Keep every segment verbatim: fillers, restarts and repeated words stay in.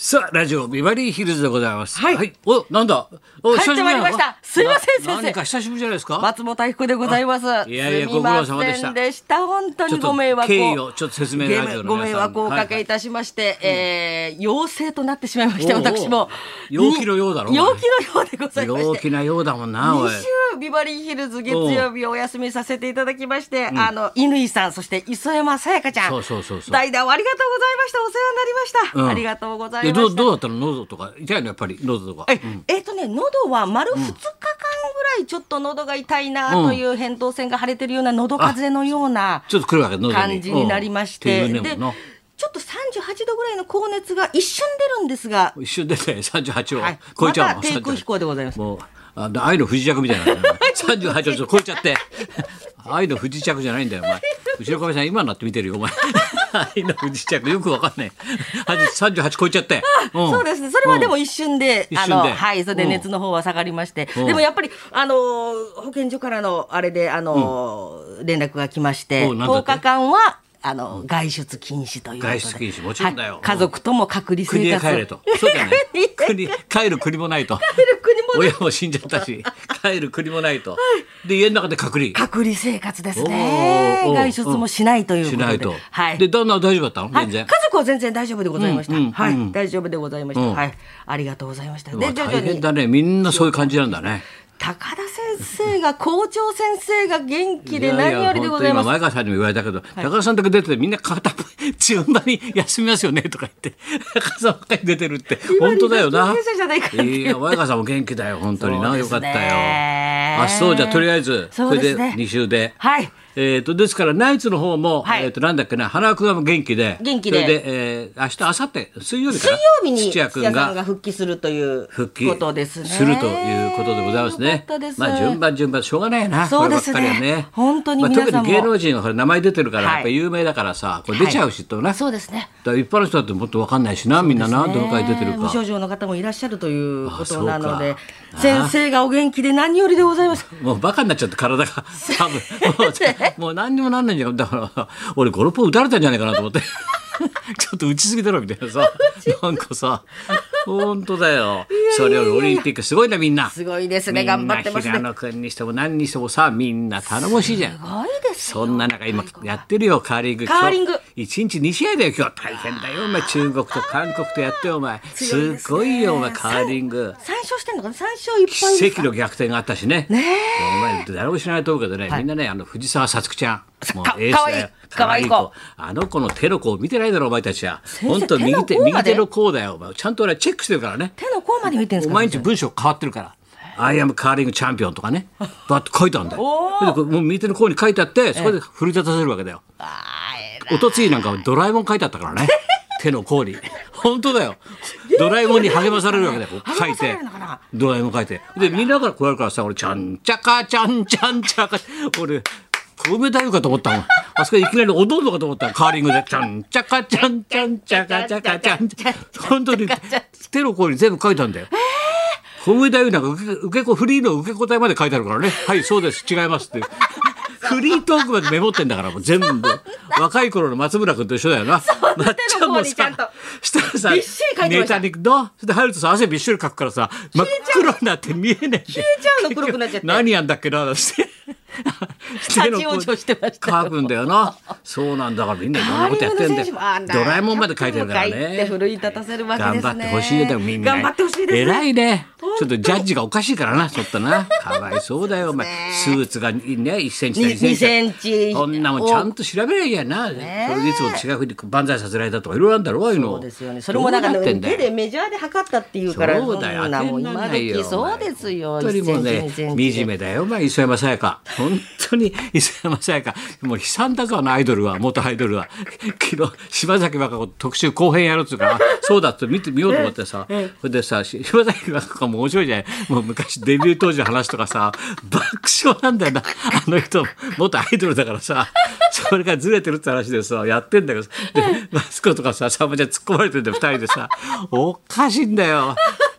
さあラジオビバリーヒルズでございます。 はい、 お、なんだ。お、 帰ってまいりました。すいません先生。 何か久しぶりじゃないですか。 松本明子でございます。 いやいや、ご苦労様でした。 でした。本当にご迷惑を。 経緯をちょっと説明ラジオの皆さんご迷惑をおかけいたしまして、はいはい、えー、陽性となってしまいまして、私も。 陽気のようだろ。 陽気のようでございまして。 陽気なようだもんな。 に週ビバリーヒルズ月曜日お休みさせていただきまして、あの乾さんそして磯山さやかちゃん、 そうそうそうそう。 代打をありがとうございました。お世話になりました。うん、ありがとうございました。 どうどうだったの喉とか痛いのやっぱり喉とか。 え、うん、えーとね喉は丸ふつかかんぐらいちょっと喉が痛いなという扁桃腺が腫れてるような喉風邪のようなちょっと来るわけ感じになりまして、 でちょっとさんじゅうはちどぐらいの高熱が一瞬出るんですが、 一瞬出てさんじゅうはちを超えちゃうの。また低空飛行でございます。 もうあの愛の不時着みたいなさんじゅうはちを超えちゃって愛の不時着じゃないんだよお前。後ろかみさん今になって見てるよお前。愛の不時着よくわかんないさんじゅうはち超えちゃって、 うん、そうですね。それはでも一瞬で、うん、あのはい、それで熱の方は下がりまして、うん、でもやっぱりあの保健所からのあれであの、うん、連絡が来ましてとおかかんはあの外出禁止ということで、 外出禁止もちろんだよ、 はい、家族とも隔離生活、 国へ帰れと。そうじゃない国帰る国もないと、 帰る国もない、 親も死んじゃったし帰る国もないと、はい、で家の中で隔離隔離生活ですね。外出もしないということで、しないと、 はい、で旦那は大丈夫だったの、 はい、 全然家族は全然大丈夫でございました、 うんうんうん、 はい、大丈夫でございました、うん、はい、ありがとうございました。 で大変だね、みんなそういう感じなんだね。 高田先生が校長先生が元気で何よりでございます。 いやいや今前川さんにも言われたけど、はい、高田さんだけ出ててみんな片っぽ順番に休みますよねとか言って高田さんばっかり出てるって本当だよな。いや前川さんも元気だよ本当にな、よかったよ。あ、そうじゃとりあえずこれでに週で、 はい、 えー、とですからナイツの方も、はい、えー、となんだっけな、花輪君は元気で元気で、 それで、えー、明日明後日水曜日から水曜日に土屋君がが復帰するということですね。 するということでございますね。まあ順番順番しょうがないな。 そうですね、 こればっかりはね、 本当に皆さんも、 まあ、特に芸能人はこれ名前出てるから、はい、やっぱ有名だからさこれ出ちゃうしとな、はい、 そうですね。 だから一般の人だってもっと分かんないしな、みんなな、どの回出てるか。 無症状の方もいらっしゃるということなので、先生がお元気で何よりでございます。 もうバカになっちゃって体が多分もう、もう何にもなんないんじゃん。だから俺ご、ろっぽん打たれたんじゃないかなと思ってちょっと打ちすぎだろみたいなさなんかさ本当だよ。それよりオリンピックすごいな、みんなすごいですね、頑張ってますね。 平野君にしても何にしてもさ、みんな頼もしいじゃん。 すごいですよ。 そんな中今やってるよカーリング。 カーリングいちにちに試合だよ今日。大変だよお前、中国と韓国とやってよお前。すごいよお前カーリング。 さん勝してんのかな、さん勝いっぱい奇跡の逆転があったしね。 ねお前誰も知らないと思うけどね、はい、みんなね、あの藤沢さつきちゃんもうエースだよ。 かわいい子。 あの子の手の甲見てないだろお前たちは。本当右手右手の甲だよお前。ちゃんと俺はチェックしてるからね。 手の甲まで見てるんですか。 毎日文章変わってるから。アイアムカーリングチャンピオンとかね、バッと書いてあるんだよ。もう右手の甲に書いてあって、そこで奮い立たせるわけだよ。おとついなんかドラえもん書いてあったからね手の甲に。本当だよ。ドラえもんに励まされるわけだよ。書いてドラえもん書いてでみんなからこうやるからさ、俺ちゃんちゃかちゃんちゃんちゃか俺小梅太夫かと思ったもん。あそこでいきなり踊るのかと思った。カーリングでちゃんちゃかちゃんちゃんちゃかちゃかちゃんちゃ本当に手の甲に全部書いたんだよ。小梅太夫なんか受け受け子フリーの受け答えまで書いてあるからね。はいそうです違いますってフリートークまでメモってんだからもう全部。若い頃の松村君と一緒だよな。 まっちゃんもさしたらさネタにどうそれで入るとさ汗びっしょりかくからさ真っ黒になって見えねえんで消えちゃうの、黒くなっちゃって何やんだっけなって立ち往生してました書くんだよな。そうなんだからみんないろんなことやってんだよ。ドラえもんまで書いてるからね。 奮い立たせるわけですね。 頑張ってほしいよみんな。 頑張ってほしいですね。 偉いね。ちょっとジャッジがおかしいからなちょっとな。かわいそうだよお前。スーツがねいっセンチかにセンチ。こんなもんちゃんと調べりゃいいやな。それでいつも違うふうに万歳させられたとかいろいろあるんだろういうの。 そうですよね。それもなんか手でメジャーで測ったっていうから。 そうだよ。 もう今時そうですよ。 本当にもうね惨めだよお前磯山さやか。本当に磯山さやかもう悲惨だぞあのアイドルは元アイドルは。昨日柴崎和歌子特集後編やるっつうからそうだって見てみようと思ってさ、それでさ柴崎和歌子も面白いじゃない。もう昔デビュー当時の話とかさ爆笑なんだよなあの人元アイドルだからさそれがずれてるって話でさやってんだけど、でマスコとかささんまちゃん突っ込まれてるんだよふたりでさおかしいんだよ。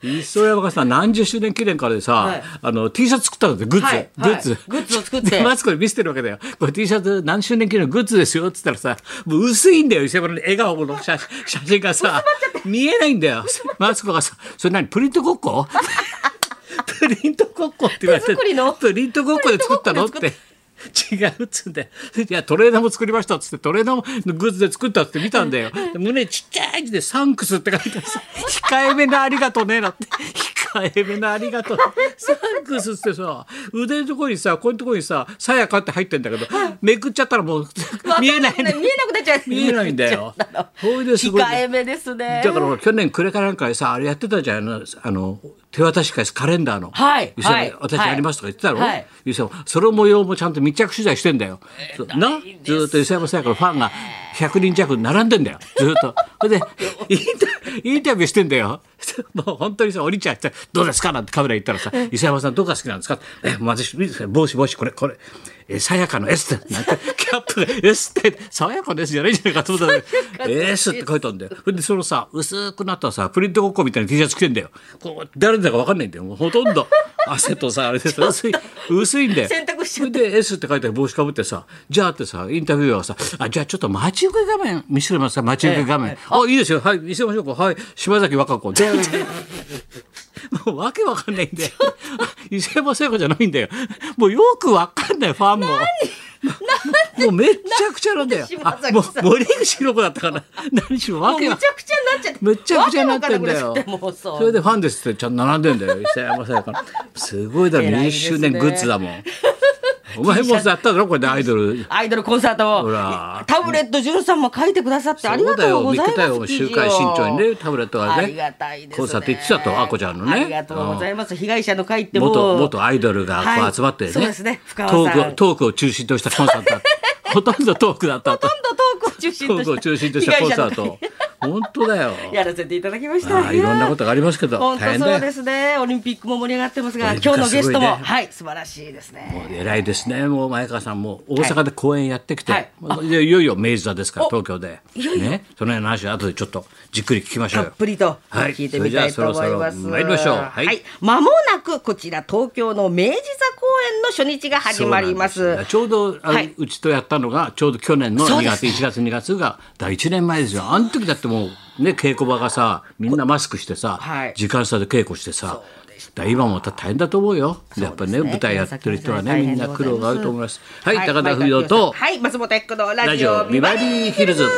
磯山がさ何十周年記念からでさ、はい、あの T シャツ作ったんだってグッズ、はい、グッズ、はい、 グッズを作ってマツコに見せてるわけだよ。これ T シャツ何周年記念のグッズですよっつったらさ、もう薄いんだよ磯山の笑顔の 写, 写真がさ見えないんだよ。マツコがさ、それ何プリントごっこプリントごっこって言われて、プリントごっこで作ったのって違うっつうんで、いやトレーナーも作りましたっつって、トレーナーもグッズで作ったって見たんだよ。胸ちっちゃい字でサンクスって書いてあるさ、控えめなありがとうねなって、控えめなありがとうサンクスってさ、腕のところにさ、こういうところにささやかって入ってんだけど、めくっちゃったらもう見えない、ね、 見えなくなっちゃう、 見えないんだよ。 控えめですね。 だから去年暮れかなんかでさあれやってたじゃん、あの手渡し会カレンダーの、 はいはい、私やりますとか言ってたろ、はい、その模様もちゃんと密着取材してんだよ、えー、なずっと磯山さやかのファンがひゃくにん弱並んでんだよずっと。それでインタ、インタビューしてんだよ。もう本当にさお兄ちゃんってどうですかなんてカメラ言ったらさ、磯山さんどこが好きなんですか、え私帽子帽子これこれえさやかの S ってなんかキャップが S ってさやかの S じゃないんじゃないかと思ったら S って書いてあるんだよ。それでそのさ薄くなったさプリントごっこみたいな T シャツ着てんだよ。こう誰だか分かんないんだよ。もうほとんど汗とさあれでさ薄い薄いんだよ。 洗濯しちゃって。 それで S って書いてある帽子かぶってさ、じゃあってさインタビュアーがさ、あじゃあちょっと待ち受け画面見せてくれますか、待ち受け画面、ええ、あいいですよ、はい見せましょうか、はい島崎和歌子もうわけわかんないんだよ。伊勢山聖子じゃないんだよ。もうよくわかんないファンも。もうめっちゃくちゃなんだよ。あもう森口の子だったかな。何しろわけは。めちゃくちゃになっちゃって。 めちゃくちゃになってんだよ。それでファンですってちゃんと並んでんだよ。伊勢山聖子。すごいだろ、にじゅっしゅうねんグッズだもん。お前もやっただろこれでアイドルアイドルコンサートをタブレットじゅんさんも書いてくださってありがとうございます。 そうだよ、見てたよ、週刊新潮にねタブレットがね、 ありがたいですね、 コンサート行ってたと、あこちゃんのね、 ありがとうございます。被害者の会っても元元アイドルがこう集まってね、 そうですね、深ト川さんークトークを中心としたコンサートほとんどトークだったほとんどトークを中心としたトークを中心としたコンサート本当だよ、 やらせていただきました。 あいろんなことがありますけど本当そうですね。オリンピックも盛り上がってますが、今日のゲストも、ね、はい素晴らしいですね。 もう偉いですね。もう前川さんも大阪で公演やってきて、はいはい、いよいよ明治座ですから東京でいよいよ、 ね、その辺の話は後でちょっとじっくり聞きましょうよ。 たっぷりと聞いてみたいと思います。はい、それじゃあそろそろ参りましょう。はい、 はい、間もなくこちら東京の明治座公演の初日が始まります。 ちょうどあ、はい、うちとやったのがちょうど去年のにがついちがつにがつがだいいちねんまえですよ。あの時だってもうね、稽古場がさみんなマスクしてさ、はい、時間差で稽古してさ、だ今も大変だと思うよ。やっぱりね舞台やってる人はねみんな苦労があると思います。はい、はい、高田文夫と、 はい、松本明子のラジオビバリーヒルズ。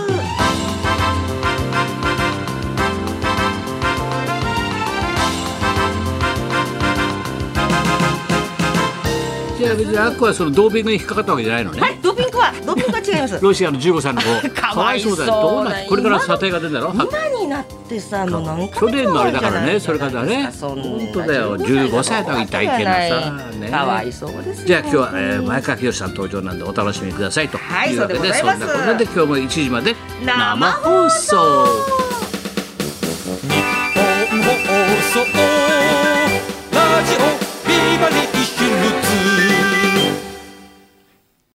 いや別にあっこはそのドーピングに引っかかったわけじゃないのね。 はい、ドーピングはドーピングは違います。 ロシアのじゅうごさいの子かわいそうだよ。どうなこれから査定が出るんだろ。 今になってさ、もうなんか去年のあれだからね、それからね本当だよ、じゅうごさいの痛いけなさね、 かわいそうですよ。 じゃあ今日は、えー、前川清さん登場なんでお楽しみくださいというわけで、 はい、 そんなことで今日もいちじまで生放送。 日本放送